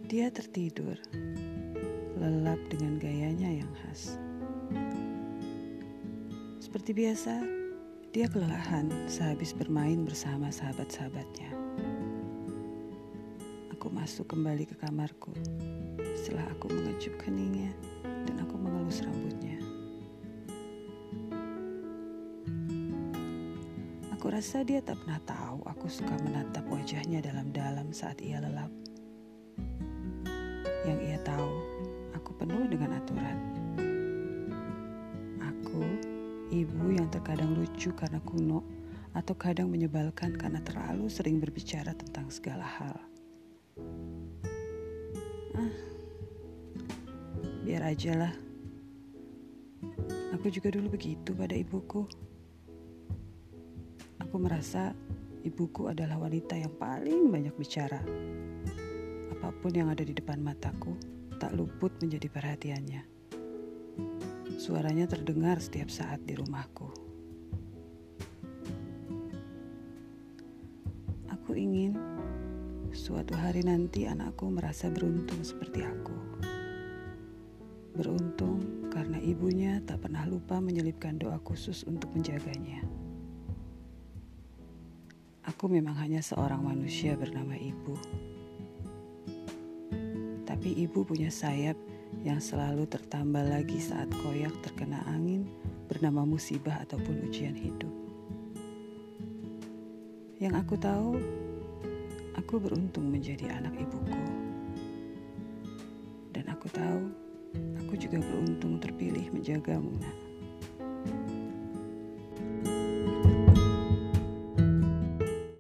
Dia tertidur, lelap dengan gayanya yang khas. Seperti biasa, dia kelelahan sehabis bermain bersama sahabat-sahabatnya. Aku masuk kembali ke kamarku setelah aku mengecup keningnya dan aku mengelus rambutnya. Aku rasa dia tak pernah tahu aku suka menatap wajahnya dalam-dalam saat ia lelap. Yang ia tahu, aku penuh dengan aturan. Aku, ibu yang terkadang lucu karena kuno atau kadang menyebalkan karena terlalu sering berbicara tentang segala hal. Biar aja lah. Aku juga dulu begitu pada ibuku. Aku merasa ibuku adalah wanita yang paling banyak bicara. Apapun yang ada di depan mataku, tak luput menjadi perhatiannya. Suaranya terdengar setiap saat di rumahku. Aku ingin suatu hari nanti anakku merasa beruntung seperti aku. Beruntung karena ibunya tak pernah lupa menyelipkan doa khusus untuk menjaganya. Aku memang hanya seorang manusia bernama ibu. Tapi ibu punya sayap yang selalu tertambah lagi saat koyak terkena angin bernama musibah ataupun ujian hidup. Yang aku tahu, aku beruntung menjadi anak ibuku. Dan aku tahu, aku juga beruntung terpilih menjagamu, Nak.